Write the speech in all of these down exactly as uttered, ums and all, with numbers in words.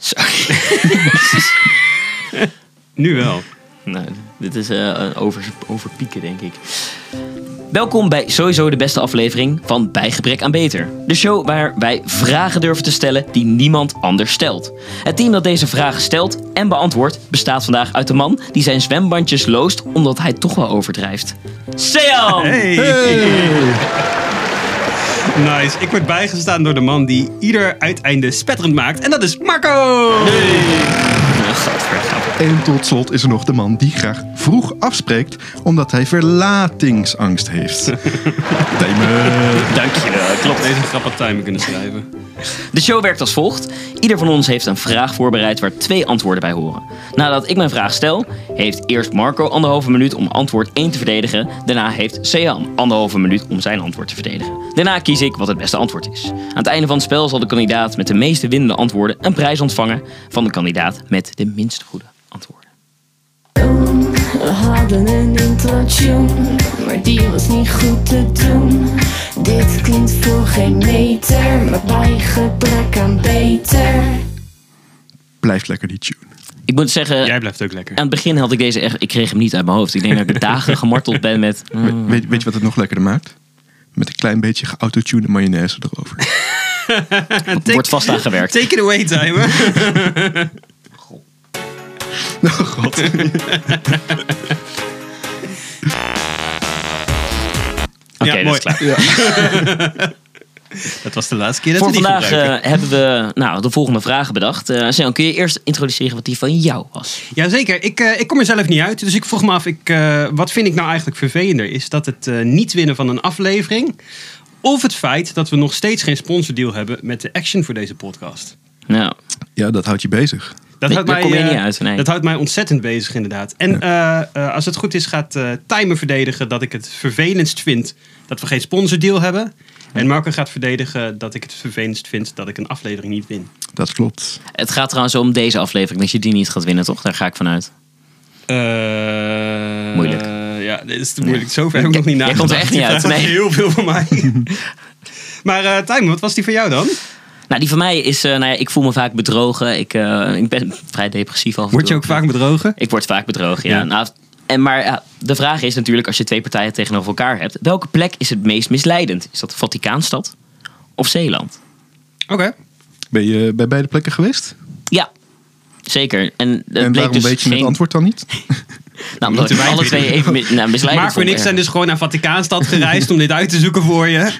Nu wel. Nou, dit is uh, over, overpieken, denk ik. Welkom bij sowieso de beste aflevering van Bij Gebrek aan Beter. De show waar wij vragen durven te stellen die niemand anders stelt. Het team dat deze vragen stelt en beantwoordt bestaat vandaag uit de man die zijn zwembandjes loost omdat hij toch wel overdrijft. Sean! Hey. Hey. Nice. Ik word bijgestaan door de man die ieder uiteinde spetterend maakt. En dat is Marco! Hey. En tot slot is er nog de man die graag vroeg afspreekt omdat hij verlatingsangst heeft. Tijmen. Dankjewel, klopt. Deze grap had Tijmen kunnen schrijven. De show werkt als volgt. Ieder van ons heeft een vraag voorbereid waar twee antwoorden bij horen. Nadat ik mijn vraag stel, heeft eerst Marco anderhalve minuut om antwoord één te verdedigen. Daarna heeft Sean anderhalve minuut om zijn antwoord te verdedigen. Daarna kies ik wat het beste antwoord is. Aan het einde van het spel zal de kandidaat met de meeste winnende antwoorden een prijs ontvangen van de kandidaat met de minst goede antwoorden. We hadden een intro-tune, maar die was niet goed te doen. Dit klinkt voor geen meter, maar bij gebrek aan beter. Blijft lekker die tune. Ik moet zeggen, jij blijft ook lekker. Aan het begin had ik deze echt, ik kreeg hem niet uit mijn hoofd. Ik denk dat ik dagen gemarteld ben met... Mm. Weet, weet je wat het nog lekkerder maakt? Met een klein beetje geautotunede mayonaise erover. Er wordt vast aan gewerkt. Take it away, Timer. Oh god. Oké, ja, dat mooi. is klaar. Ja. Dat was de laatste keer dat Voor we die vandaag uh, gebruiken. hebben we nou, de volgende vragen bedacht. Uh, Sean, kun je eerst introduceren wat die van jou was? Jazeker, ik, uh, ik kom er zelf niet uit. Dus ik vroeg me af, ik, uh, wat vind ik nou eigenlijk vervelender? Is dat het uh, niet winnen van een aflevering? Of het feit dat we nog steeds geen sponsordeal hebben met de Action voor deze podcast? Nou, ja, dat houdt je bezig. Dat, nee, houdt mij, kom je uh, niet uit, nee. dat houdt mij ontzettend bezig inderdaad. En ja. uh, uh, als het goed is gaat uh, Timer verdedigen dat ik het vervelendst vind dat we geen sponsordeal hebben. En Marco gaat verdedigen dat ik het vervelendst vind dat ik een aflevering niet win. Dat klopt. Het gaat trouwens om deze aflevering, dat je die niet gaat winnen, toch? Daar ga ik vanuit. Uh, moeilijk. Uh, ja, dit is te moeilijk. Ja. Zover heb ik nog niet nagedacht. Jij komt er echt niet uit. Nee. Heel veel van mij. Maar uh, Timer, wat was die van jou dan? Nou, die van mij is, uh, nou ja, ik voel me vaak bedrogen. Ik, uh, ik ben vrij depressief af en toe. Word je ook vaak bedrogen? Ik word vaak bedrogen, ja. ja. Nou, en maar ja, de vraag is natuurlijk, als je twee partijen tegenover elkaar hebt, welke plek is het meest misleidend? Is dat Vaticaanstad of Zeeland? Oké. Okay. Ben je bij beide plekken geweest? Ja, zeker. En, het en bleek waarom dus weet je geen... het antwoord dan niet? Nou, omdat we alle twee even mis, nou, misleidend Marco en ik zijn dus gewoon naar Vaticaanstad gereisd om dit uit te zoeken voor je.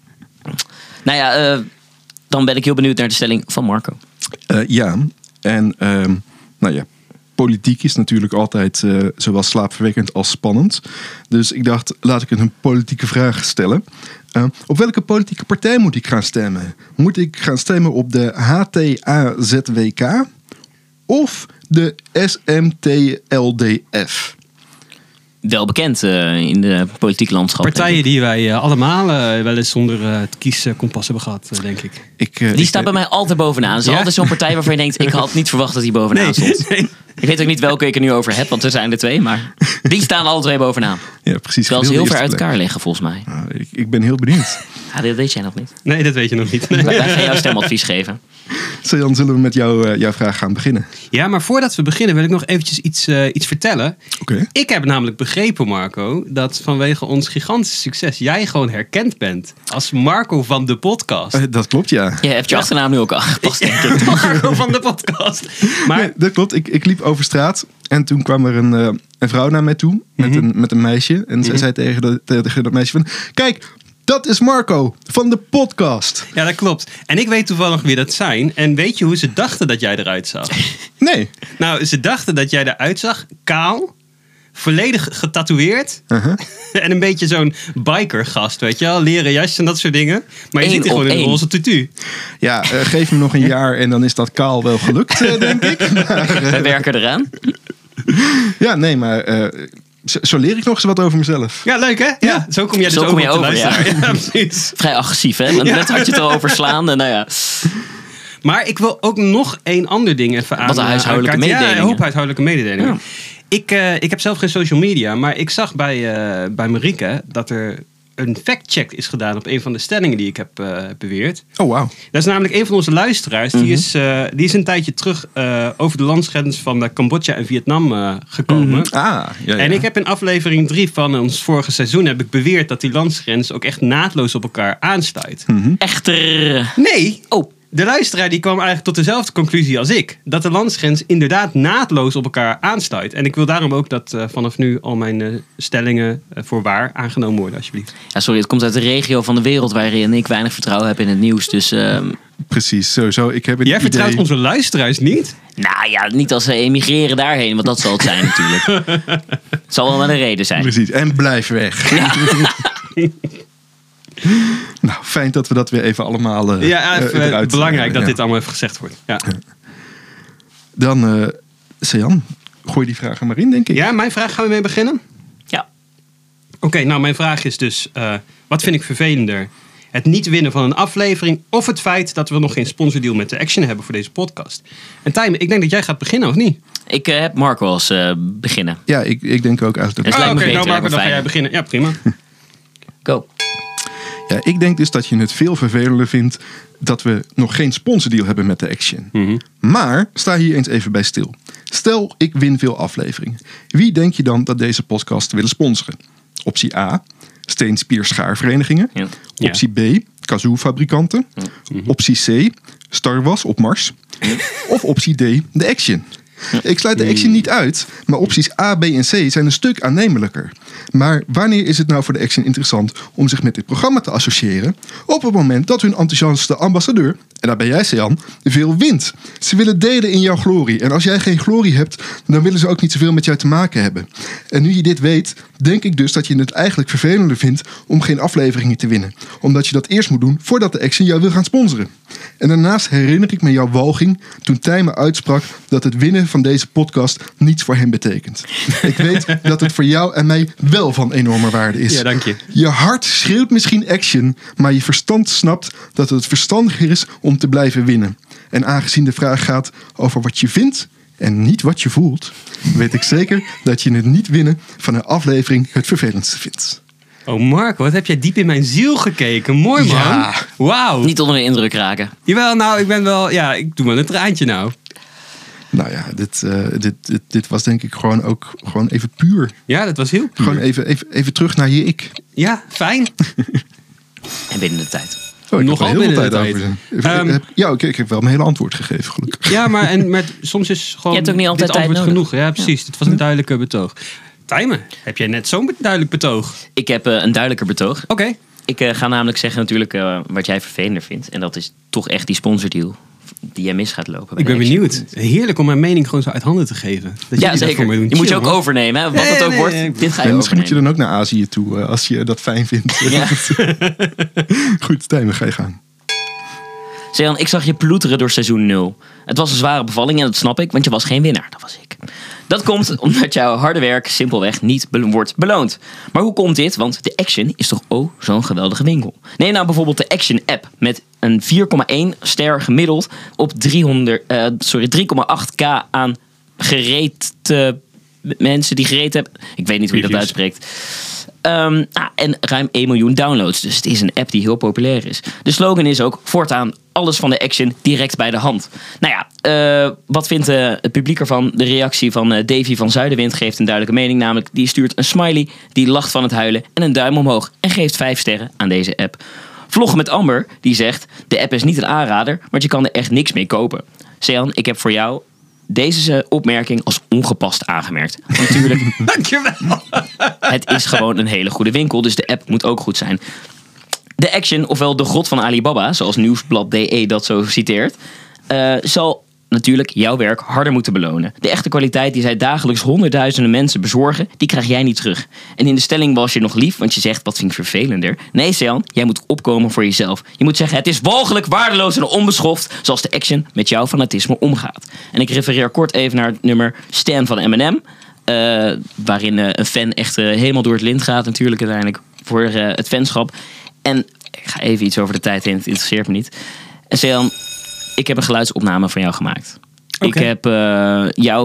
Nou ja, uh, dan ben ik heel benieuwd naar de stelling van Marco. Uh, ja, en uh, nou ja, politiek is natuurlijk altijd uh, zowel slaapverwekkend als spannend. Dus ik dacht, laat ik een politieke vraag stellen. Uh, op welke politieke partij moet ik gaan stemmen? Moet ik gaan stemmen op de H T A Z W K of de S M T L D F? Wel bekend uh, in de politieke landschap. Partijen die wij uh, allemaal uh, wel eens zonder uh, het kieskompas hebben gehad, uh, denk ik. ik uh, die ik, staat bij mij altijd bovenaan. Het is ja? altijd zo'n partij waarvan je denkt, ik had niet verwacht dat die bovenaan nee, stond. Nee. Ik weet ook niet welke ik er nu over heb, want er zijn er twee. Maar die staan alle twee bovenaan. Ja, precies. Terwijl ze heel ver uit elkaar liggen, volgens mij. Nou, ik, ik ben heel benieuwd. Ja, dat weet jij nog niet. Nee, dat weet je nog niet. Nee. Wij gaan jou stemadvies geven. Sean, zullen we met jou, uh, jouw vraag gaan beginnen? Ja, maar voordat we beginnen wil ik nog eventjes iets, uh, iets vertellen. Okay. Ik heb namelijk begrepen, Marco, dat vanwege ons gigantische succes jij gewoon herkend bent als Marco van de podcast. Uh, dat klopt, ja. Je hebt je achternaam nu ook aangepast, denk ik. Marco van de podcast. Maar nee, dat klopt. Ik, ik liep over straat en toen kwam er een, uh, een vrouw naar mij toe met, mm-hmm. een, met een meisje. En mm-hmm. zij zei tegen, de, tegen dat meisje van, kijk, dat is Marco van de podcast. Ja, dat klopt. En ik weet toevallig wie dat zijn. En weet je hoe ze dachten dat jij eruit zag? Nee. Nou, ze dachten dat jij eruit zag, kaal, volledig getatoeëerd. Uh-huh. En een beetje zo'n bikergast, weet je wel. Leren jasje en dat soort dingen. Maar je Eén zit hier gewoon in een roze tutu. Ja, uh, geef me nog een jaar en dan is dat kaal wel gelukt, uh, denk ik. Maar, uh, Wij werken eraan. Ja, nee, maar... Uh, Zo, zo leer ik nog eens wat over mezelf. Ja, leuk hè? Ja, ja. Zo kom jij dus zo over, kom je op over ja. ja, precies. Vrij agressief, hè? Want ja. net had je het al over slaan en nou ja. Maar ik wil ook nog één ander ding even aan. Wat een huishoudelijke mededelingen. Ja, een hoop huishoudelijke mededelingen. Ja. Ik, uh, ik heb zelf geen social media, maar ik zag bij, uh, bij Marieke dat er een fact-check is gedaan op een van de stellingen die ik heb uh, beweerd. Oh, wauw. Dat is namelijk een van onze luisteraars. Die, mm-hmm. is, uh, die is een tijdje terug uh, over de landsgrens van uh, Cambodja en Vietnam uh, gekomen. Mm-hmm. Ah, ja, ja. En ik heb in aflevering drie van ons vorige seizoen heb ik beweerd dat die landsgrens ook echt naadloos op elkaar aansluit. Mm-hmm. Echter. Nee. Oh. De luisteraar die kwam eigenlijk tot dezelfde conclusie als ik. Dat de landsgrens inderdaad naadloos op elkaar aansluit. En ik wil daarom ook dat uh, vanaf nu al mijn uh, stellingen uh, voor waar aangenomen worden, alsjeblieft. Ja, sorry, het komt uit de regio van de wereld waarin ik weinig vertrouwen heb in het nieuws. Dus, uh... Precies, sowieso. Ik heb het Jij idee... vertrouwt onze luisteraars niet? Nou ja, niet als ze emigreren daarheen, want dat zal het zijn natuurlijk. Het zal wel met een reden zijn. Precies, en blijf weg. Ja. Nou, fijn dat we dat weer even allemaal uh, ja, even, uh, eruit belangrijk uh, dat ja. dit allemaal even gezegd wordt. Ja. Dan, uh, Sejan, gooi die vragen maar in, denk ik. Ja, mijn vraag gaan we mee beginnen? Ja. Oké, okay, nou mijn vraag is dus, uh, wat vind ik vervelender? Het niet winnen van een aflevering of het feit dat we nog geen sponsordeal met de Action hebben voor deze podcast? En Tijmen, ik denk dat jij gaat beginnen, of niet? Ik uh, heb Marco als uh, beginnen. Ja, ik, ik denk ook eigenlijk dat... Ah, Oké, okay, nou Marco, dan ga jij beginnen. Ja, prima. Go. Ja, ik denk dus dat je het veel vervelender vindt dat we nog geen sponsordeal hebben met de Action. Mm-hmm. Maar sta hier eens even bij stil. Stel, ik win veel afleveringen. Wie denk je dan dat deze podcast willen sponsoren? Optie A, steenspierschaarverenigingen. Ja. Optie B, kazoo-fabrikanten. Mm-hmm. Optie C, Star Wars op Mars. Ja. Of optie D, de Action. Ja. Ik sluit de Action niet uit, maar opties A, B en C zijn een stuk aannemelijker. Maar wanneer is het nou voor de Action interessant om zich met dit programma te associëren? Op het moment dat hun enthousiaste ambassadeur, en daar ben jij, Sejan, veel wint. Ze willen delen in jouw glorie. En als jij geen glorie hebt, dan willen ze ook niet zoveel met jou te maken hebben. En nu je dit weet, denk ik dus dat je het eigenlijk vervelender vindt om geen afleveringen te winnen. Omdat je dat eerst moet doen voordat de Action jou wil gaan sponsoren. En daarnaast herinner ik me jouw walging toen Tijmen uitsprak dat het winnen van deze podcast niets voor hem betekent. Ik weet dat het voor jou en mij wel van enorme waarde is. Ja, dank je. Je hart schreeuwt misschien Action, maar je verstand snapt dat het verstandiger is om te blijven winnen. En aangezien de vraag gaat over wat je vindt en niet wat je voelt, weet ik zeker dat je het niet winnen van een aflevering het vervelendste vindt. Oh Marco, wat heb jij diep in mijn ziel gekeken. Mooi man. Ja. Wauw. Niet onder de indruk raken. Jawel, nou, ik ben wel... Ja, ik doe wel een traantje nou. Nou ja, dit, uh, dit, dit, dit was denk ik gewoon ook gewoon even puur. Ja, dat was heel puur. Gewoon even, even, even terug naar je ik. Ja, fijn. En binnen de tijd. Oh, ik Nogal heb er heel veel binnen de tijd tijd. over. Um, heb, ja, oké, ik heb wel mijn hele antwoord gegeven, gelukkig. Ja, maar, en, maar soms is gewoon Je hebt ook niet altijd dit antwoord tijd nodig. genoeg. Ja, precies. Ja. Dit was een duidelijke betoog. Tijmen, heb jij net zo'n duidelijk betoog? Ik heb uh, een duidelijker betoog. Oké. Okay. Ik uh, ga namelijk zeggen natuurlijk uh, wat jij vervelender vindt. En dat is toch echt die sponsordeal die jij mis gaat lopen. Ik ben benieuwd. Heerlijk om mijn mening gewoon zo uit handen te geven. Dat ja, zeker. Voor me doen. Je Chill, moet je ook hoor. overnemen. Hè? Wat nee, het ook nee, wordt, nee, dit ga je nee, overnemen. Misschien moet je dan ook naar Azië toe uh, als je dat fijn vindt. Ja. Goed, Tijmen, ga je gaan. Sejan, ik zag je ploeteren door seizoen nul. Het was een zware bevalling en dat snap ik, want je was geen winnaar. Dat was ik. Dat komt omdat jouw harde werk simpelweg niet be- wordt beloond. Maar hoe komt dit? Want de Action is toch oh zo'n geweldige winkel. Neem nou bijvoorbeeld de Action app met een vier komma één ster gemiddeld op driehonderd, uh, sorry, drie komma acht k aan gereten mensen die gereten hebben. Ik weet niet hoe je dat uitspreekt. Um, ah, en ruim één miljoen downloads. Dus het is een app die heel populair is. De slogan is ook voortaan alles van de Action direct bij de hand. Nou ja, uh, wat vindt uh, het publiek ervan? De reactie van uh, Davy van Zuiderwind geeft een duidelijke mening. Namelijk, die stuurt een smiley, die lacht van het huilen en een duim omhoog. En geeft vijf sterren aan deze app. Vloggen met Amber, die zegt, de app is niet een aanrader, want je kan er echt niks mee kopen. Sejan, ik heb voor jou deze opmerking als ongepast aangemerkt. Natuurlijk, dankjewel. Het is gewoon een hele goede winkel, dus de app moet ook goed zijn. De Action, ofwel de god van Alibaba, zoals Nieuwsblad D E dat zo citeert, uh, zal natuurlijk jouw werk harder moeten belonen. De echte kwaliteit die zij dagelijks honderdduizenden mensen bezorgen, die krijg jij niet terug. En in de stelling was je nog lief, want je zegt, wat vind ik vervelender. Nee, Sejan, jij moet opkomen voor jezelf. Je moet zeggen, het is walgelijk, waardeloos en onbeschoft, zoals de Action met jouw fanatisme omgaat. En ik refereer kort even naar het nummer Stan van Eminem, uh, waarin uh, een fan echt uh, helemaal door het lint gaat natuurlijk uiteindelijk voor uh, het fanschap. En ik ga even iets over de tijd heen, het interesseert me niet. En Sejan, ik heb een geluidsopname van jou gemaakt. Okay. Ik heb uh, jou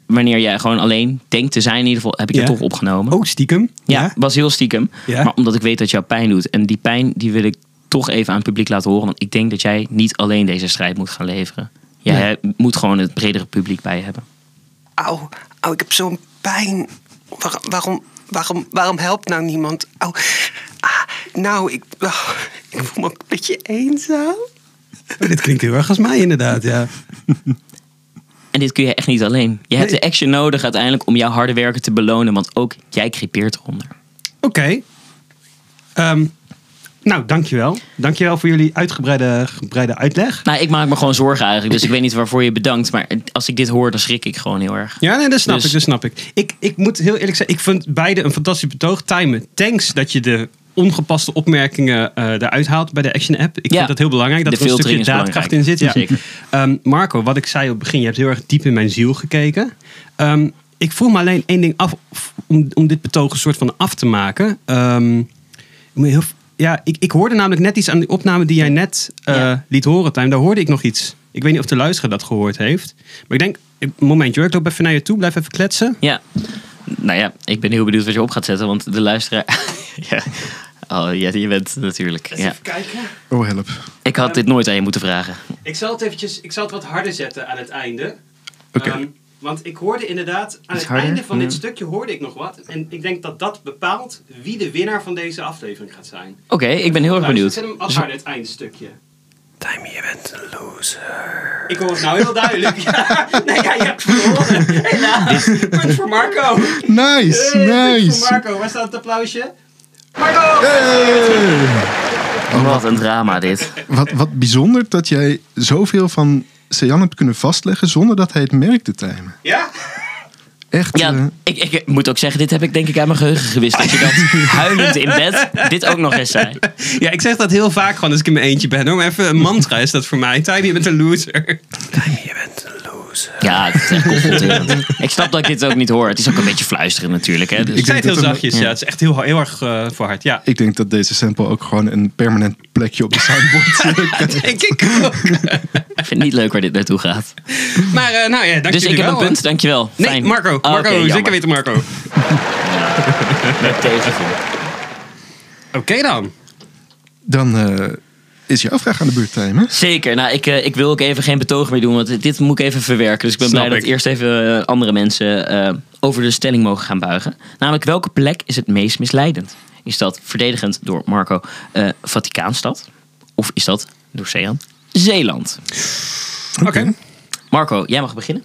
wanneer jij gewoon alleen denkt te zijn, in ieder geval, heb ik Ja. je toch opgenomen. Oh, stiekem. Ja, was heel stiekem. Ja. Maar omdat ik weet dat jouw pijn doet. En die pijn die wil ik toch even aan het publiek laten horen. Want ik denk dat jij niet alleen deze strijd moet gaan leveren. Jij moet gewoon het bredere publiek bij je hebben. Auw, auw, ik heb zo'n pijn. Waar, waarom, waarom, waarom helpt nou niemand? Auw, ah, nou, ik, oh, ik voel me ook een beetje eenzaam. Oh, dit klinkt heel erg als mij inderdaad, ja. En dit kun je echt niet alleen. Je hebt Nee. de action nodig uiteindelijk om jouw harde werken te belonen. Want ook jij crepeert eronder. Oké. Okay. Um, nou, dankjewel. Dankjewel voor jullie uitgebreide, gebreide uitleg. Nou, ik maak me gewoon zorgen eigenlijk. Dus ik weet niet waarvoor je bedankt. Maar als ik dit hoor, dan schrik ik gewoon heel erg. Ja, nee, dat snap Dus- ik, dat snap ik. ik. Ik moet heel eerlijk zeggen, ik vind beide een fantastisch betoog. Timen, thanks dat je de ongepaste opmerkingen uh, eruit haalt bij de Action App. Ik Ja. vind dat heel belangrijk, dat De er een stukje filtering is daadkracht in zit. Ja. Zeker. Um, Marco, wat ik zei op het begin, je hebt heel erg diep in mijn ziel gekeken. Um, ik vroeg me alleen één ding af, om, om dit betoog een soort van af te maken. Um, ik moet heel, ja, ik, ik hoorde namelijk net iets aan die opname die jij net uh, Ja. liet horen, Time. Daar hoorde ik nog iets. Ik weet niet of de luisteraar dat gehoord heeft. Maar ik denk, een momentje hoor, ik loop even naar je toe, blijf even kletsen. Ja. Nou ja, ik ben heel benieuwd wat je op gaat zetten. Want de luisteraar... ja. Oh, ja, je bent natuurlijk... Ja. Even kijken. Oh, help. Ik had dit nooit aan je moeten vragen. Ik zal het eventjes, ik zal het wat harder zetten aan het einde. Oké. Um, want ik hoorde inderdaad, aan Iets het harder? einde van dit Ja. stukje hoorde ik nog wat. En ik denk dat dat bepaalt wie de winnaar van deze aflevering gaat zijn. Oké, ik ben heel erg Luister, benieuwd. Zet hem als harder, het eindstukje. Time, je bent een loser. Ik hoor het nou heel duidelijk. Ja, nee, ja, je hebt verloren. Helaas. Punt voor Marco. Nice, Hey, punt voor nice. Marco. Waar staat het applausje? Marco! Hey! Wat een drama dit. Wat, wat bijzonder dat jij zoveel van Sejan hebt kunnen vastleggen zonder dat hij het merkte, Tijmen. Ja? Echt. Ja, eh, ik, ik moet ook zeggen, dit heb ik denk ik uit mijn geheugen gewist. Dat je dat huilend in bed dit ook nog eens zei. Ja, ik zeg dat heel vaak gewoon als ik in mijn eentje ben. Hoor. Maar even een mantra is dat voor mij. Time, je bent een loser. Time, je bent een loser. Ja, het is echt confronterend. Ik snap dat ik dit ook niet hoor. Het is ook een beetje fluisteren natuurlijk. Hè? Dus Ik zei het heel dat een- zachtjes. Ja. Het is echt heel, heel erg uh, voor hard. Ja. ik denk dat deze sample ook gewoon een permanent plekje op de soundboard krijgt. Denk ik ook. ik vind het niet leuk waar dit naartoe gaat. Maar uh, nou ja, dank Dus ik jullie heb wel. een punt, dankjewel. Nee, Fijn. Marco. Ah, Marco, oké, jammer. zeker weten Marco. Oké Met tegenvoer. dan. Dan eh, is jouw vraag aan de beurt, Tijmen. Zeker. Nou, ik, uh, ik wil ook even geen betoog meer doen, want dit moet ik even verwerken. Dus ik ben Snap blij ik. dat eerst even uh, andere mensen uh, over de stelling mogen gaan buigen. Namelijk, welke plek is het meest misleidend? Is dat verdedigend door Marco uh, Vaticaanstad? Of is dat door Sejan Zeeland? Oké. Okay. Marco, jij mag beginnen.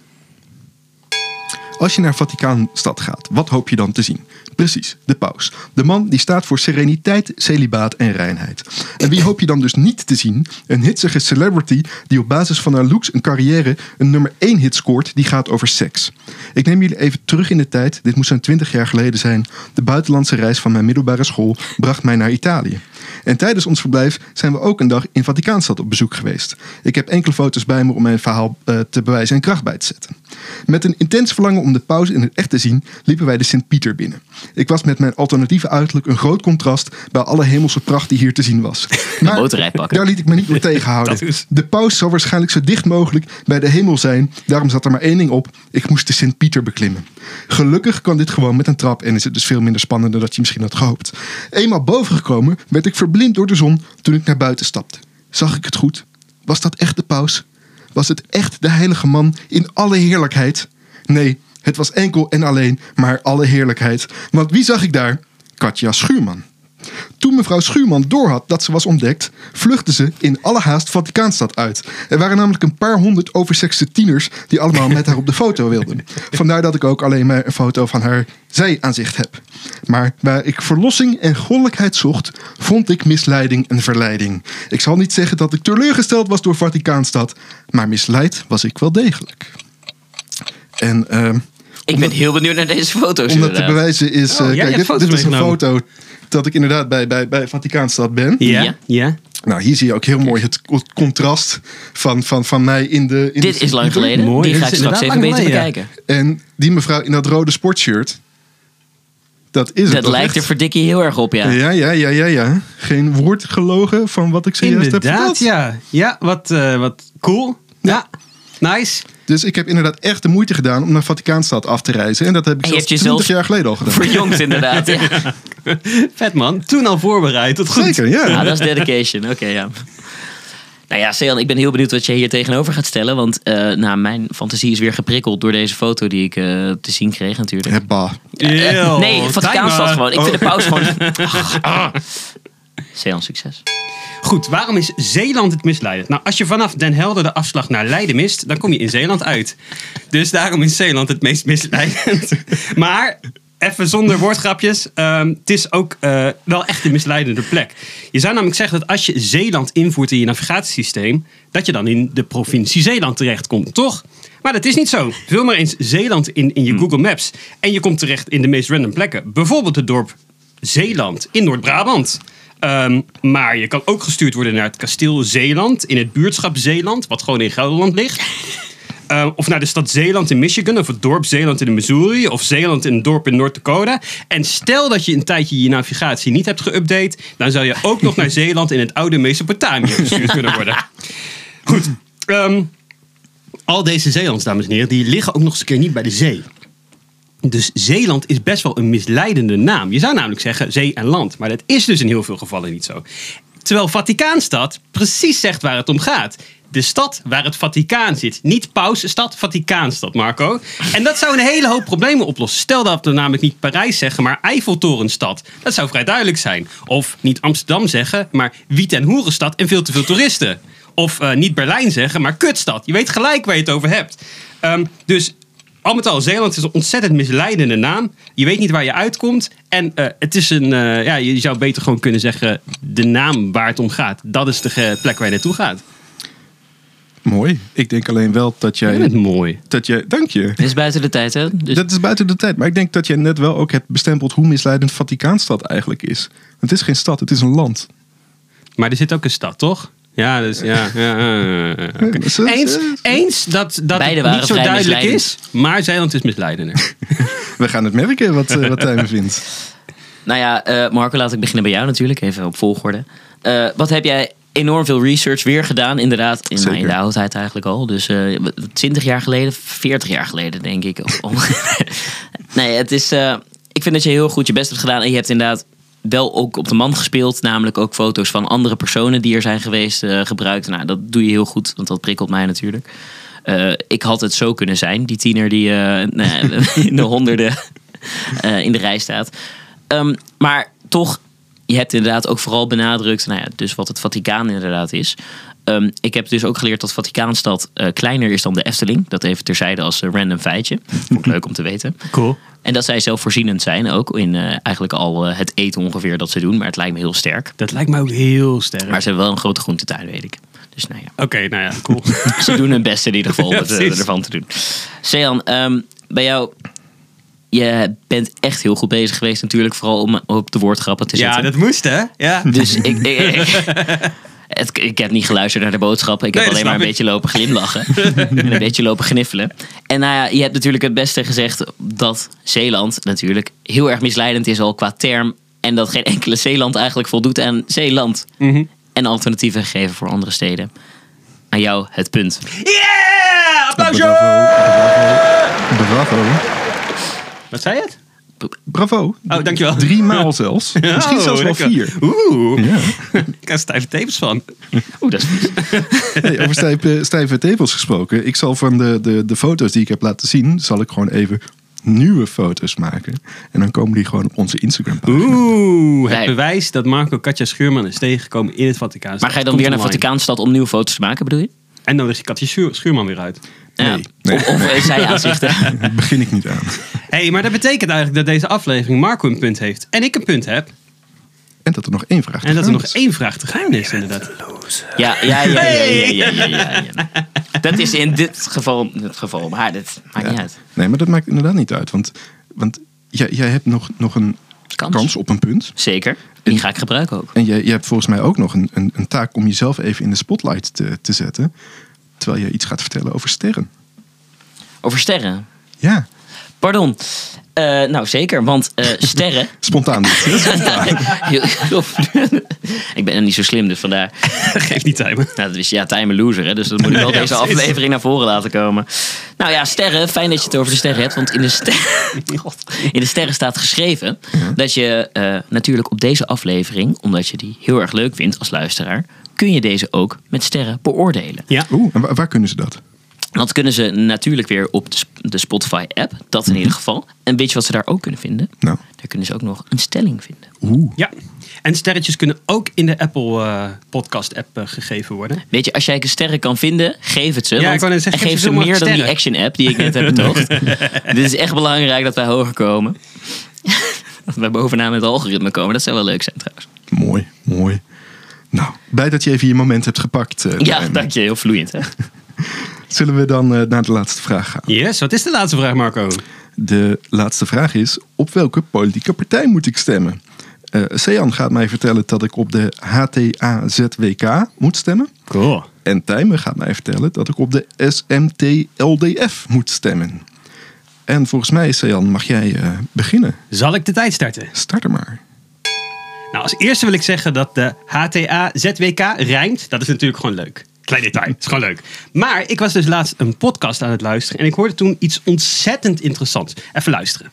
Als je naar Vaticaanstad gaat, wat hoop je dan te zien? Precies, de paus. De man die staat voor sereniteit, celibaat en reinheid. En wie hoop je dan dus niet te zien? Een hitsige celebrity die op basis van haar looks en carrière een nummer één hit scoort die gaat over seks. Ik neem jullie even terug in de tijd. Dit moet zo'n twintig jaar geleden zijn. De buitenlandse reis van mijn middelbare school bracht mij naar Italië. En tijdens ons verblijf zijn we ook een dag in Vaticaanstad op bezoek geweest. Ik heb enkele foto's bij me om mijn verhaal uh, te bewijzen en kracht bij te zetten. Met een intens verlangen om de paus in het echt te zien, liepen wij de Sint-Pieter binnen. Ik was met mijn alternatieve uiterlijk een groot contrast bij alle hemelse pracht die hier te zien was. Maar boterij pakken. daar liet ik me niet door tegenhouden. Dat is- De paus zal waarschijnlijk zo dicht mogelijk bij de hemel zijn. Daarom zat er maar één ding op. Ik moest de Sint-Pieter beklimmen. Gelukkig kan dit gewoon met een trap en is het dus veel minder spannend dan dat je misschien had gehoopt. Eenmaal boven gekomen werd ik verblind door de zon toen ik naar buiten stapte. Zag ik het goed? Was dat echt de paus? Was het echt de heilige man in alle heerlijkheid? Nee, het was enkel en alleen maar alle heerlijkheid. Want wie zag ik daar? Katja Schuurman. Toen mevrouw Schuurman doorhad dat ze was ontdekt, vluchtte ze in alle haast Vaticaanstad uit. Er waren namelijk een paar honderd oversekste tieners die allemaal met haar op de foto wilden. Vandaar dat ik ook alleen maar een foto van haar zijaanzicht heb. Maar waar ik verlossing en goddelijkheid zocht, vond ik misleiding en verleiding. Ik zal niet zeggen dat ik teleurgesteld was door Vaticaanstad, maar misleid was ik wel degelijk. En uh, Ik ben heel benieuwd naar deze foto's. om dat te inderdaad. bewijzen is... Oh, uh, jij kijk, hebt dit, foto's dit is een meegenomen. foto dat ik inderdaad bij, bij, bij Vaticaanstad ben. Ja, Ja. ja. Nou, hier zie je ook heel mooi het co- contrast van, van, van mij in de... In Dit de is lang Sint-Pieter. geleden. Mooi, Die dit ga ik is straks even inderdaad beter lang geleden, bekijken. En die mevrouw in dat rode sportshirt. Dat is het Dat toch lijkt echt? er voor Dikkie heel erg op, ja. Ja, ja, ja, ja, ja. Geen woord gelogen van wat ik zojuist heb Inderdaad, verteld. ja. Ja, wat, uh, wat cool. Ja, nice. Dus ik heb inderdaad echt de moeite gedaan om naar Vaticaanstad af te reizen. En dat heb ik En je zelfs hebt jezelf twintig jaar geleden al gedaan. Verjongd inderdaad. Ja. Vet man, toen al voorbereid. Dat goed. Zeker, ja. Ja, dat is dedication. Oké, ja. Nou ja, Sean, ik ben heel benieuwd wat je hier tegenover gaat stellen. Want uh, nou, mijn fantasie is weer geprikkeld door deze foto die ik uh, te zien kreeg natuurlijk. Ja, bah. Uh, uh, nee, Vaticaanstad gewoon. Ik vind de pauze gewoon... Oh. Sean, succes. Goed, waarom is Zeeland het misleidend? Nou, als je vanaf Den Helder de afslag naar Leiden mist, dan kom je in Zeeland uit. Dus daarom is Zeeland het meest misleidend. Maar, even zonder woordgrapjes, um, het is ook uh, wel echt een misleidende plek. Je zou namelijk zeggen dat als je Zeeland invoert in je navigatiesysteem, dat je dan in de provincie Zeeland terechtkomt, toch? Maar dat is niet zo. Vul maar eens Zeeland in, in je Google Maps en je komt terecht in de meest random plekken. Bijvoorbeeld het dorp Zeeland in Noord-Brabant. Um, maar je kan ook gestuurd worden naar het kasteel Zeeland in het buurtschap Zeeland, wat gewoon in Gelderland ligt. Uh, of naar de stad Zeeland in Michigan, of het dorp Zeeland in de Missouri, of Zeeland in een dorp in Noord-Dakota. En stel dat je een tijdje je navigatie niet hebt geüpdate, dan zou je ook nog naar Zeeland in het oude Mesopotamië gestuurd kunnen worden. Goed. Um, al deze Zeelands, dames en heren, die liggen ook nog eens een keer niet bij de zee. Dus Zeeland is best wel een misleidende naam. Je zou namelijk zeggen zee en land. Maar dat is dus in heel veel gevallen niet zo. Terwijl Vaticaanstad precies zegt waar het om gaat. De stad waar het Vaticaan zit. Niet Pausstad, Vaticaanstad, Marco. En dat zou een hele hoop problemen oplossen. Stel dat we namelijk niet Parijs zeggen, maar Eiffeltorenstad. Dat zou vrij duidelijk zijn. Of niet Amsterdam zeggen, maar Wiet- en Hoerenstad en veel te veel toeristen. Of uh, niet Berlijn zeggen, maar Kutstad. Je weet gelijk waar je het over hebt. Um, dus... Al met al, Zeeland is een ontzettend misleidende naam. Je weet niet waar je uitkomt. En uh, het is een, uh, ja, je zou beter gewoon kunnen zeggen, de naam waar het om gaat. Dat is de plek waar je naartoe gaat. Mooi. Ik denk alleen wel dat jij... Je bent mooi. Dat jij, dank je. Dit is buiten de tijd, hè? Dus... Dat is buiten de tijd. Maar ik denk dat jij net wel ook hebt bestempeld hoe misleidend Vaticaanstad eigenlijk is. Het is geen stad, het is een land. Maar er zit ook een stad, toch? Ja, dus ja. ja, ja, ja. Okay. Eens, eens dat, dat het niet zo duidelijk is, maar Zeeland is misleidender. We gaan het merken wat, uh, wat Tijmen vindt. Nou ja, uh, Marco, laat ik beginnen bij jou natuurlijk, even op volgorde. Uh, wat heb jij enorm veel research weer gedaan, inderdaad, in, in de oudheid eigenlijk al. Dus uh, twintig jaar geleden, veertig jaar geleden, denk ik. Nee, het is, uh, ik vind dat je heel goed je best hebt gedaan en je hebt inderdaad wel ook op de man gespeeld. Namelijk ook foto's van andere personen die er zijn geweest uh, gebruikt. Nou, dat doe je heel goed, want dat prikkelt mij natuurlijk. Uh, ik had het zo kunnen zijn. Die tiener die uh, nee, in de honderden uh, in de rij staat. Um, maar toch, je hebt inderdaad ook vooral benadrukt, nou ja, dus wat het Vaticaan inderdaad is. Um, ik heb dus ook geleerd dat Vaticaanstad uh, kleiner is dan de Efteling. Dat even terzijde als uh, random feitje. Vond ik leuk om te weten. Cool. En dat zij zelfvoorzienend zijn ook in uh, eigenlijk al uh, het eten ongeveer dat ze doen. Maar het lijkt me heel sterk. Dat lijkt me ook heel sterk. Maar ze hebben wel een grote groentetuin, weet ik. Dus nou ja. Oké, okay, nou ja, cool. Ze doen hun best in ieder geval om ja, het uh, ervan te doen. Sean, um, bij jou... Je bent echt heel goed bezig geweest natuurlijk. Vooral om op de woordgrappen te zetten. Ja, dat moest hè? Ja. Dus ik... ik, ik Het, ik heb niet geluisterd naar de boodschappen. Ik heb nee, alleen maar een ik. beetje lopen glimlachen. En een beetje lopen gniffelen. En nou ja, je hebt natuurlijk het beste gezegd dat Zeeland natuurlijk heel erg misleidend is al qua term. En dat geen enkele Zeeland eigenlijk voldoet aan Zeeland. Mm-hmm. En alternatieven gegeven voor andere steden. Aan jou het punt. Yeah! Applausje! Bravo. Bravo. Wat zei je het? Bravo. Oh, dankjewel. Drie maal zelfs. Oh, misschien zelfs wel vier. Oeh. Ja. Ik heb stijve tepels van. Oeh, dat is goed. Hey, over stijve, stijve tepels gesproken. Ik zal van de, de, de foto's die ik heb laten zien, zal ik gewoon even nieuwe foto's maken. En dan komen die gewoon op onze Instagram pagina. Oeh, het bewijs dat Marco Katja Schuurman is tegengekomen in het Vaticaanstad. Maar ga je dan weer naar Vaticaanstad om nieuwe foto's te maken, bedoel je? En nodig je Katja Schuurman weer uit. Nee. Ja. nee. Of, of zij aanzichten. Daar begin ik niet aan. Hé, hey, maar dat betekent eigenlijk dat deze aflevering Marco een punt heeft. En ik een punt heb. En dat er nog één vraag te En dat er nog is. één vraag te gaan is, inderdaad. Ja, ja, ja, ja, ja, ja, ja, ja, ja. Dat is in dit geval het geval. Maar dat maakt ja. niet uit. Nee, maar dat maakt inderdaad niet uit. Want, want jij, jij hebt nog, nog een kans. kans op een punt. Zeker. Die en, ga ik gebruiken ook. En jij, jij hebt volgens mij ook nog een, een, een taak om jezelf even in de spotlight te, te zetten. Terwijl je iets gaat vertellen over sterren. Over sterren? Ja. Pardon. Uh, nou, zeker, want uh, sterren... Spontaan niet. Heel spontaan. heel, heel, ik ben niet zo slim, dus vandaar... Geef niet timen. Nou, dat is ja, time loser, hè, dus dan moet ik wel Ja, deze precies. aflevering naar voren laten komen. Nou ja, sterren, fijn dat je het over de sterren hebt, want in de, ster... in de sterren staat geschreven ja. dat je uh, natuurlijk op deze aflevering, omdat je die heel erg leuk vindt als luisteraar, kun je deze ook met sterren beoordelen. Ja. Oeh, en waar, waar kunnen ze dat? Dat kunnen ze natuurlijk weer op de Spotify-app. Dat in mm-hmm. ieder geval. En weet je wat ze daar ook kunnen vinden? Nou. Daar kunnen ze ook nog een stelling vinden. Oeh. Ja. En sterretjes kunnen ook in de Apple uh, podcast-app uh, gegeven worden. Weet je, als jij een sterren kan vinden, geef het ze. Ja, want ik wou net zeggen, en geef ze meer dan sterren. Die Action-app die ik net heb betoogd. Dit is echt belangrijk dat wij hoger komen. Dat wij bovenaan met het algoritme komen. Dat zou wel leuk zijn trouwens. Mooi, mooi. Nou, blij dat je even je moment hebt gepakt. Uh, ja, en... dank je. Heel vloeiend, hè? Zullen we dan uh, naar de laatste vraag gaan? Yes, wat is de laatste vraag, Marco? De laatste vraag is, op welke politieke partij moet ik stemmen? Uh, Sean gaat mij vertellen dat ik op de H T A Z W K moet stemmen. Cool. En Tijmen gaat mij vertellen dat ik op de S M T L D F moet stemmen. En volgens mij, Sean, mag jij uh, beginnen. Zal ik de tijd starten? Start er maar. Nou, als eerste wil ik zeggen dat de H T A Z W K rijmt. Dat is natuurlijk gewoon leuk. Klein detail, het is gewoon leuk. Maar ik was dus laatst een podcast aan het luisteren en ik hoorde toen iets ontzettend interessants. Even luisteren.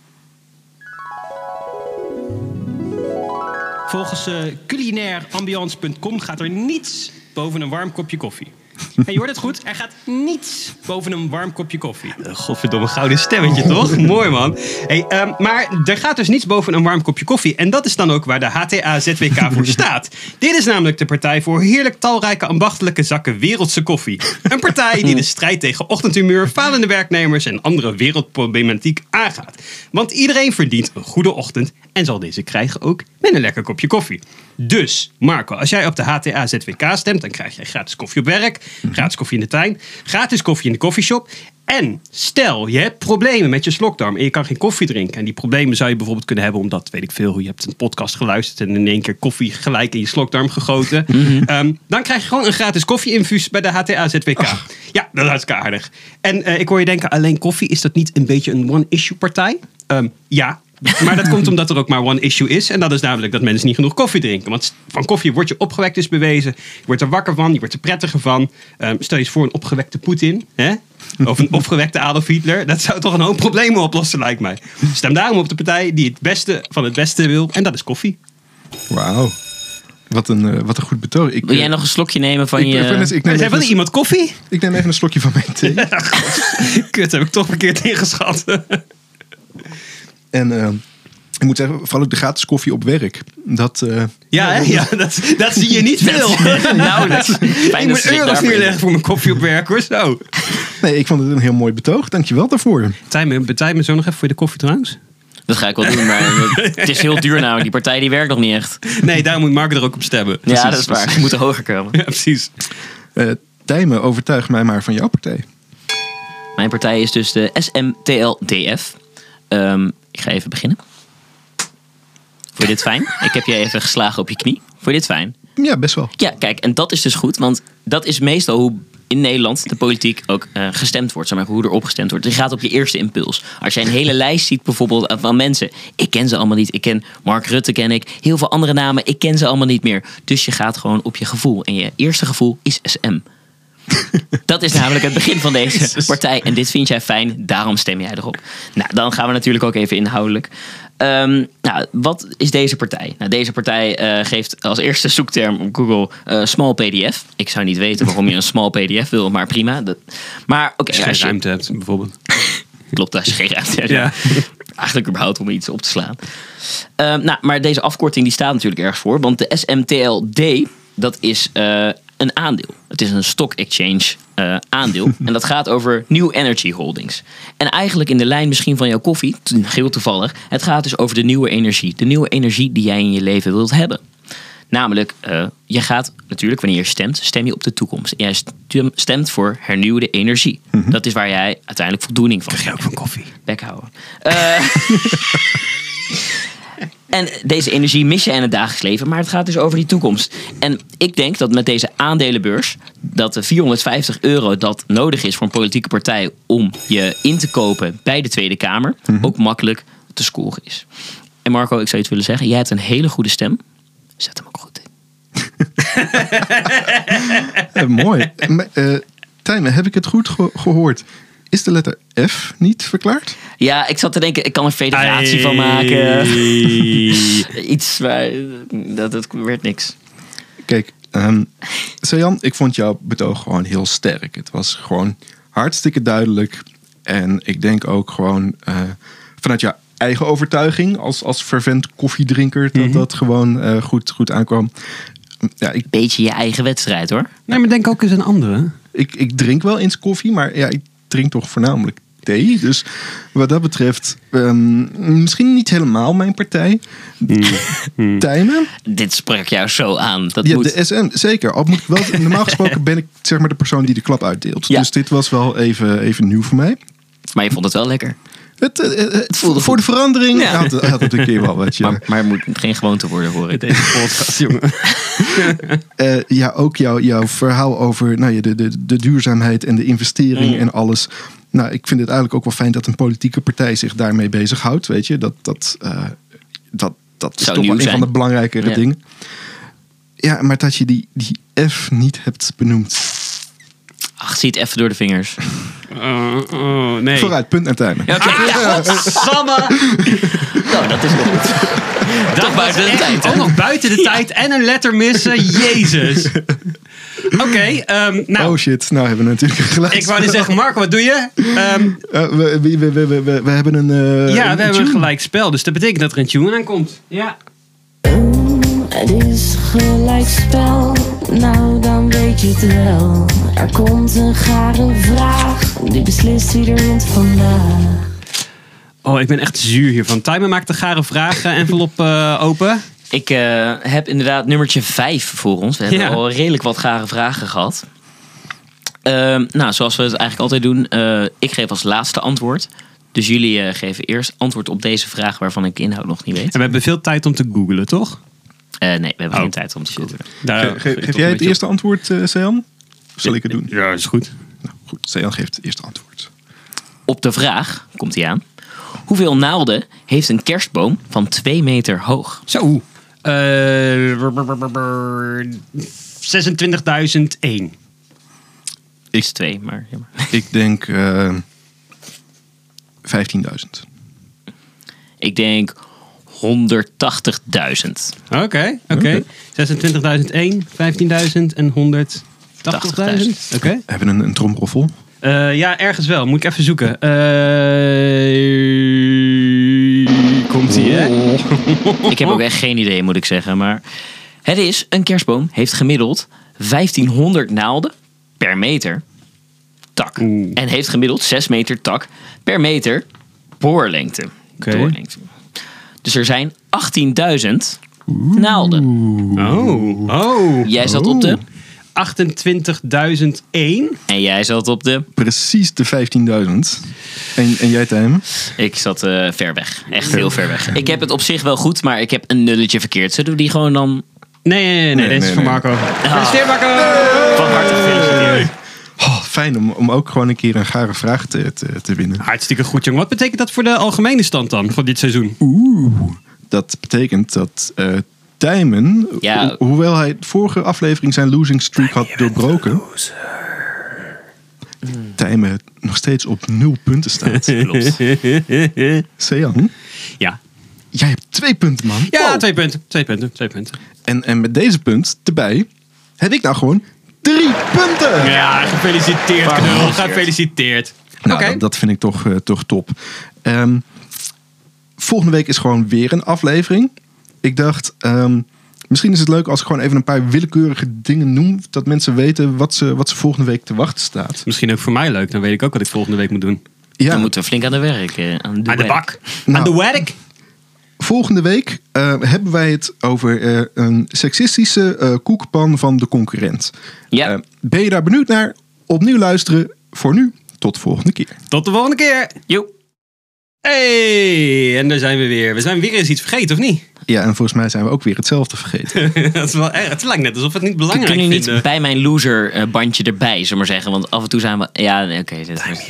Volgens uh, culinairambiance punt com gaat er niets boven een warm kopje koffie. En je hoort het goed, er gaat niets boven een warm kopje koffie. Uh, godverdomme gouden stemmetje, toch? Mooi, man. Hey, um, maar er gaat dus niets boven een warm kopje koffie. En dat is dan ook waar de H T A Z W K voor staat. Dit is namelijk de partij voor heerlijk talrijke ambachtelijke zakken wereldse koffie. Een partij die de strijd tegen ochtendhumeur, falende werknemers en andere wereldproblematiek aangaat. Want iedereen verdient een goede ochtend en zal deze krijgen ook met een lekker kopje koffie. Dus, Marco, als jij op de H T A Z W K stemt, dan krijg jij gratis koffie op werk, gratis koffie in de tuin, gratis koffie in de koffieshop. En stel, je hebt problemen met je slokdarm en je kan geen koffie drinken. En die problemen zou je bijvoorbeeld kunnen hebben omdat, weet ik veel, je hebt een podcast geluisterd en in één keer koffie gelijk in je slokdarm gegoten. Mm-hmm. Um, dan krijg je gewoon een gratis koffie-infuus bij de H T A Z W K. Oh. Ja, dat is hartstikke aardig. En uh, ik hoor je denken, alleen koffie, is dat niet een beetje een one-issue partij? Um, ja. Maar dat komt omdat er ook maar one issue is. En dat is namelijk dat mensen niet genoeg koffie drinken. Want van koffie word je opgewekt, is bewezen. Je wordt er wakker van, je wordt er prettiger van. Um, stel je eens voor een opgewekte Poetin. Hè? Of een opgewekte Adolf Hitler. Dat zou toch een hoop problemen oplossen, lijkt mij. Stem daarom op de partij die het beste van het beste wil. En dat is koffie. Wauw. Wat een, uh, wat een goed betoog. Ik, wil jij nog een slokje nemen van ik, je... Ik, ik neem Zei wel iemand koffie? Ik neem even een slokje van mijn thee. Kut, heb ik toch verkeerd ingeschat. En... Uh, ik moet zeggen, vooral ook de gratis koffie op werk. Dat, uh, ja, hè? Ja, dat, dat zie je niet veel. Nou, dat is fijn. Ik moet euro's neerleggen voor mijn koffie op werk, hoor. Zo. Nee, ik vond het een heel mooi betoog. Dankjewel daarvoor. Betaal betaal me zo nog even voor je de koffie trouwens? Dat ga ik wel doen, maar het is heel duur namelijk. Die partij die werkt nog niet echt. Nee, daar moet Mark er ook op stemmen. Ja, precies, dat is waar. Ze moeten hoger komen. Ja, precies. Uh, Tijmen, overtuig mij maar van jouw partij. Mijn partij is dus de S M T L D F. Um, ik ga even beginnen. Vond je dit fijn? Ik heb je even geslagen op je knie. Vond je dit fijn? Ja, best wel. Ja, kijk, en dat is dus goed. Want dat is meestal hoe in Nederland de politiek ook uh, gestemd wordt. Zeg maar, hoe er opgestemd wordt. Je gaat op je eerste impuls. Als jij een hele lijst ziet bijvoorbeeld van mensen. Ik ken ze allemaal niet. Ik ken Mark Rutte, ken ik. Heel veel andere namen. Ik ken ze allemaal niet meer. Dus je gaat gewoon op je gevoel. En je eerste gevoel is S M. Dat is namelijk het begin van deze partij. En dit vind jij fijn, daarom stem jij erop. Nou, dan gaan we natuurlijk ook even inhoudelijk. Um, nou, wat is deze partij? Nou, deze partij uh, geeft als eerste zoekterm op Google uh, small P D F. Ik zou niet weten waarom je een small P D F wil, maar prima. Dat, maar oké. Okay, als je geen ruimte hebt, bijvoorbeeld. Klopt, als je geen ruimte hebt. Ja. Eigenlijk überhaupt om iets op te slaan. Um, nou, maar deze afkorting die staat natuurlijk ergens voor. Want de S M T L D, dat is uh, een aandeel. Het is een stock exchange uh, aandeel. En dat gaat over New Energy Holdings. En eigenlijk in de lijn misschien van jouw koffie, heel toevallig. Het gaat dus over de nieuwe energie. De nieuwe energie die jij in je leven wilt hebben. Namelijk, uh, je gaat natuurlijk, wanneer je stemt, stem je op de toekomst. Jij stemt voor hernieuwde energie. Mm-hmm. Dat is waar jij uiteindelijk voldoening van krijg je ook van koffie. Bek houden. Uh, En deze energie mis je in het dagelijks leven, maar het gaat dus over die toekomst. En ik denk dat met deze aandelenbeurs, dat de vierhonderdvijftig euro dat nodig is voor een politieke partij om je in te kopen bij de Tweede Kamer, mm-hmm. ook makkelijk te scoren is. En Marco, ik zou iets willen zeggen. Jij hebt een hele goede stem. Zet hem ook goed in. uh, mooi. Uh, Tijmen, heb ik het goed ge- gehoord? Is de letter F niet verklaard? Ja, ik zat te denken, ik kan er federatie Ai. van maken. Iets waar... Dat, dat werd niks. Kijk, um, Sejan, ik vond jouw betoog gewoon heel sterk. Het was gewoon hartstikke duidelijk. En ik denk ook gewoon uh, vanuit jouw eigen overtuiging als, als fervent koffiedrinker dat mm-hmm. dat gewoon uh, goed, goed aankwam. Ja, ik, Beetje je eigen wedstrijd hoor. Nee, maar denk ook eens aan anderen. Ik, ik drink wel eens koffie, maar ja, ik drink toch voornamelijk thee. Dus wat dat betreft, um, misschien niet helemaal mijn partij. Mm. Tijmen? Dit sprak jou zo aan. Dat ja, moet... de S M, zeker. Al moet ik wel, normaal gesproken ben ik zeg maar de persoon die de klap uitdeelt. Ja. Dus dit was wel even, even nieuw voor mij. Maar je vond het wel lekker. Het, het, het, het voelde voor goed. De verandering ja. had, had het een keer wel wat. Ja. Maar, maar het moet geen gewoonte worden, hoor ik. Deze podcast, jongen. uh, ja, ook jou, jouw verhaal over nou ja, de, de, de duurzaamheid en de investering mm. en alles. Nou, ik vind het eigenlijk ook wel fijn dat een politieke partij zich daarmee bezighoudt. Weet je, dat, dat, uh, dat, dat is Zou toch wel een zijn. van de belangrijkere ja. dingen. Ja, maar dat je die, die F niet hebt benoemd. Ach, zie het even door de vingers. Uh, uh, nee. Vooruit, punt naar Tijmen. Ja, okay. ah, godsamme! Nou, dat is nog goed. Dat Toch buiten de tijd. Ook nog buiten de ja. tijd en een letter missen. Jezus. Oké, okay, um, nou. Oh shit, nou hebben we natuurlijk gelijk. Ik wou niet zeggen, Marco, wat doe je? Um, uh, we, we, we, we, we, we hebben een uh, Ja, een we hebben een gelijk spel. Dus dat betekent dat er een tune aankomt. Ja. Het is gelijkspel, nou dan weet je het wel. Er komt een gare vraag, die beslist wie er wint vandaag. Oh, ik ben echt zuur hiervan. Tijmen maakt de gare vraag envelop uh, open. Ik uh, heb inderdaad nummertje vijf voor ons. We hebben ja. al redelijk wat gare vragen gehad. Uh, nou, zoals we het eigenlijk altijd doen. Uh, ik geef als laatste antwoord. Dus jullie uh, geven eerst antwoord op deze vraag waarvan ik de inhoud nog niet weet. En we hebben veel tijd om te googlen, toch? Uh, nee, we hebben oh. geen tijd om te googlen. Ge- ge- geef jij het eerste op. antwoord, uh, Sejan? Of zal ik het doen? Ja, is goed. Nou, goed, Sejan geeft het eerste antwoord. Op de vraag, komt hij aan. Hoeveel naalden heeft een kerstboom van twee meter hoog? Zo. Uh, zesentwintigduizend één. Ik twee, maar... Ja, maar. Ik denk uh, vijftienduizend. Ik denk honderdtachtigduizend. Oké, okay, oké. Okay. zesentwintigduizend één, vijftienduizend en honderdtachtigduizend. Oké. Okay. Hebben we een, een tromroffel? Uh, ja, ergens wel. Moet ik even zoeken. Uh, komt ie, hè? Ik heb ook echt geen idee, moet ik zeggen. Maar het is, een kerstboom heeft gemiddeld vijftienhonderd naalden per meter tak. Oeh. En heeft gemiddeld zes meter tak per meter boorlengte. Okay. Doorlengte. Dus er zijn achttienduizend naalden. Oh. oh. Jij zat op de... achtentwintigduizend één. En jij zat op de... Precies de vijftienduizend. En, en jij, Tijmen? Ik zat uh, ver weg. Echt heel ver weg. Ik heb het op zich wel goed, maar ik heb een nulletje verkeerd. Zullen we die gewoon dan... Nee, nee, nee. nee, nee deze nee, is voor nee. Marco. Gefeliciteerd, Marco! Nee. Van harte gefeliciteerd. Oh, fijn om, om ook gewoon een keer een gare vraag te, te, te winnen. Hartstikke goed, jongen. Wat betekent dat voor de algemene stand dan, van dit seizoen? Oeh, dat betekent dat... Uh, Tijmen, ja. ho- hoewel hij de vorige aflevering zijn losing streak had doorbroken, mm. Tijmen nog steeds op nul punten staat. Klopt. Sejan? Ja. Jij hebt twee punten, man. Ja, wow. twee punten. Twee punten. Twee punten. En, en met deze punt erbij heb ik nou gewoon drie punten. Ja, gefeliciteerd, knul. Gefeliciteerd. Nou, okay. dat, dat vind ik toch, uh, toch top. Um, volgende week is gewoon weer een aflevering. Ik dacht, um, misschien is het leuk als ik gewoon even een paar willekeurige dingen noem. Dat mensen weten wat ze, wat ze volgende week te wachten staat. Misschien ook voor mij leuk. Dan weet ik ook wat ik volgende week moet doen. Ja. Dan moeten we flink aan de werk. Uh, aan de, aan de bak. Nou, aan de werk. Volgende week uh, hebben wij het over uh, een seksistische uh, koekpan van de concurrent. Ja. Uh, ben je daar benieuwd naar? Opnieuw luisteren. Voor nu, tot de volgende keer. Tot de volgende keer. Jo. Hey, en daar zijn we weer. We zijn weer eens iets vergeten, of niet? Ja, en volgens mij zijn we ook weer hetzelfde vergeten. Dat is wel erg. Het lijkt net alsof we het niet belangrijk Kun je niet vinden. bij mijn loser eh, bandje erbij, zullen we maar zeggen? Want af en toe zijn we... Ja, nee, oké. dit is-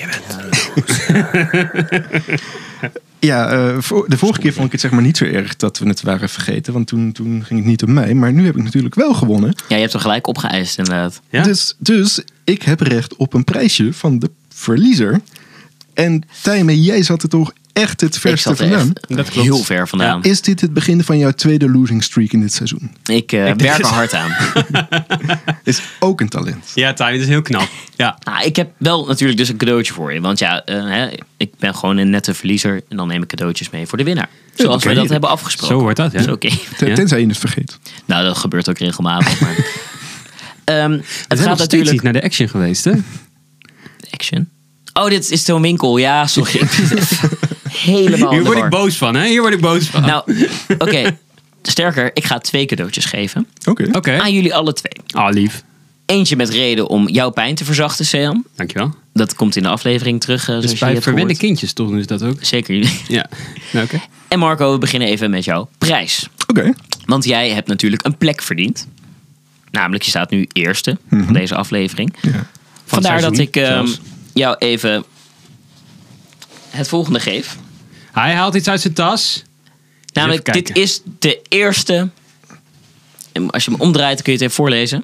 Ja, uh, voor, de vorige keer vond ik het zeg maar niet zo erg dat we het waren vergeten. Want toen, toen ging het niet om mij. Maar nu heb ik natuurlijk wel gewonnen. Ja, je hebt er gelijk opgeëist inderdaad. Ja? Dus, dus ik heb recht op een prijsje van de verliezer. En Tijmen, jij zat er toch echt het Ik verste zat er vandaan. echt Dat klopt. heel ver vandaan. Is dit het begin van jouw tweede losing streak in dit seizoen? Ik eh, werk er hard aan. Is ook een talent. Ja, Tijmen, dat is heel knap. Ja. Nou, ik heb wel natuurlijk dus een cadeautje voor je. Want ja, eh, hè, ik ben gewoon een nette verliezer. En dan neem ik cadeautjes mee voor de winnaar. Zoals oké. we dat hebben afgesproken. Zo hoort dat, ja. Dat is oké. Ten- Ja. Tenzij je het vergeet. Nou, dat gebeurt ook regelmatig. Maar... Ehm, het Het gaat gaat natuurlijk... niet naar de Action geweest, hè? Action? Oh, dit is zo'n winkel. Ja, sorry. Ik ben even helemaal Hier in de word ik war. boos van, hè? Hier word ik boos van. Nou, oké. Sterker, ik ga twee cadeautjes geven. Oké. Oké. Aan jullie alle twee. Ah, lief. Eentje met reden om jouw pijn te verzachten, Sean. Dankjewel. Dat komt in de aflevering terug, eh, zoals Dus je bij hebt verwende gehoord. kindjes toch is dat ook? Zeker jullie. Ja. Nou, oké. En Marco, we beginnen even met jouw prijs. Oké. Want jij hebt natuurlijk een plek verdiend. Namelijk, je staat nu eerste van deze aflevering. Ja. Vandaar dat seizoen ik ehm, zelfs. jou even het volgende geef. Hij haalt iets uit zijn tas. Namelijk, even dit kijken. is de eerste... En als je hem omdraait, kun je het even voorlezen.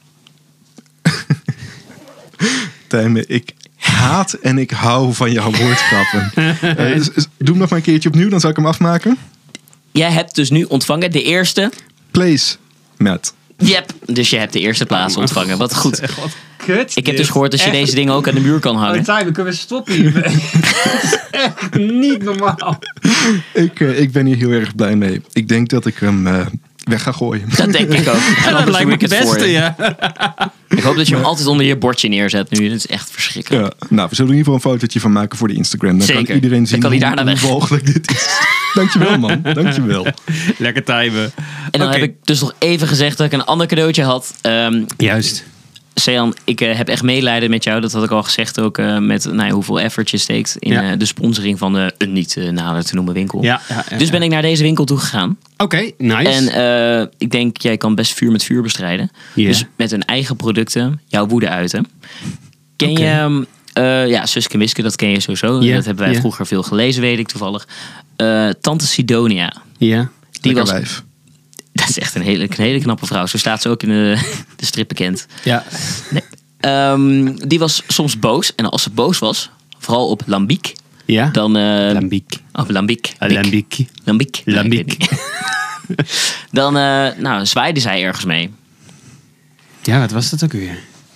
Tijmen, ik haat en ik hou van jouw woordgrappen. Eh, dus- dus doe hem nog maar een keertje opnieuw, dan zal ik hem afmaken. Jij hebt dus nu ontvangen de eerste... Place, Matt. Yep, dus je hebt de eerste plaats ontvangen. Wat goed. Wat kut. Ik heb dus gehoord dat je deze dingen ook aan de muur kan hangen. Tijmen, kunnen we stoppen hiermee? Dat is echt niet normaal. Ik, eh, ik ben hier heel erg blij mee. Ik denk dat ik hem eh, weg ga gooien. Dat denk ik ook. En Dat anders lijkt doe me ik het het voor beste, je. ja. Ik hoop dat je hem altijd onder je bordje neerzet nu. Dat is echt verschrikkelijk. Ja, nou, we zullen er in ieder geval een fotootje van maken voor de Instagram. Dan Zeker. kan iedereen Dan zien kan hij hoe, daarna hoe weg. walgelijk dit is. Dankjewel, man. Dankjewel. Lekker Tijmen. En dan Oké. heb ik dus nog even gezegd dat ik een ander cadeautje had. Ehm Juist. Sean, ik eh, heb echt medelijden met jou. Dat had ik al gezegd ook eh, met nou ja, hoeveel effort je steekt in Ja. eh, de sponsoring van de, een niet eh, nader te noemen winkel. Ja, ja, ja, dus ben ja. ik naar deze winkel toe gegaan. Oké, nice. En eh, ik denk, jij kan best vuur met vuur bestrijden. Ja. Dus met hun eigen producten jouw woede uiten. Ken Oké. je, ehm, eh, ja, Suske en Wiske, dat ken je sowieso. Ja, Dat hebben wij ja. vroeger veel gelezen, weet ik toevallig. Eh, Tante Sidonia. ja. Die Lekker was, wijf. dat is echt een hele, een hele knappe vrouw. Zo staat ze ook in de, de strip bekend. Ja. Ehm, die was soms boos. En als ze boos was, vooral op Lambiek, Ja. dan... eh Lambiek. oh, Lambiek. Lambiek. Lambiek. Nee, Lambiek. ik weet niet. Dan eh, nou, zwaaide zij ergens mee. Ja, wat was dat ook weer?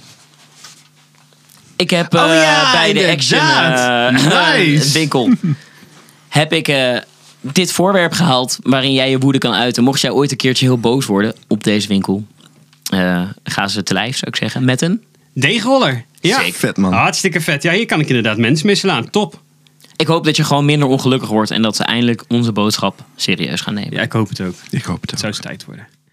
Ik heb eh, Oh ja, bij de Action inderdaad. eh, Nice. winkel heb ik eh, dit voorwerp gehaald waarin jij je woede kan uiten. Mocht jij ooit een keertje heel boos worden op deze winkel, eh, ga ze te lijf, zou ik zeggen, met een... Deegroller. Ja. Zeker. Vet, man. Hartstikke vet. Ja, hier kan ik inderdaad mensen mee slaan. Top. Ik hoop dat je gewoon minder ongelukkig wordt en dat ze eindelijk onze boodschap serieus gaan nemen. Ja, ik hoop het ook. Ik hoop het Het ook. zou eens tijd worden.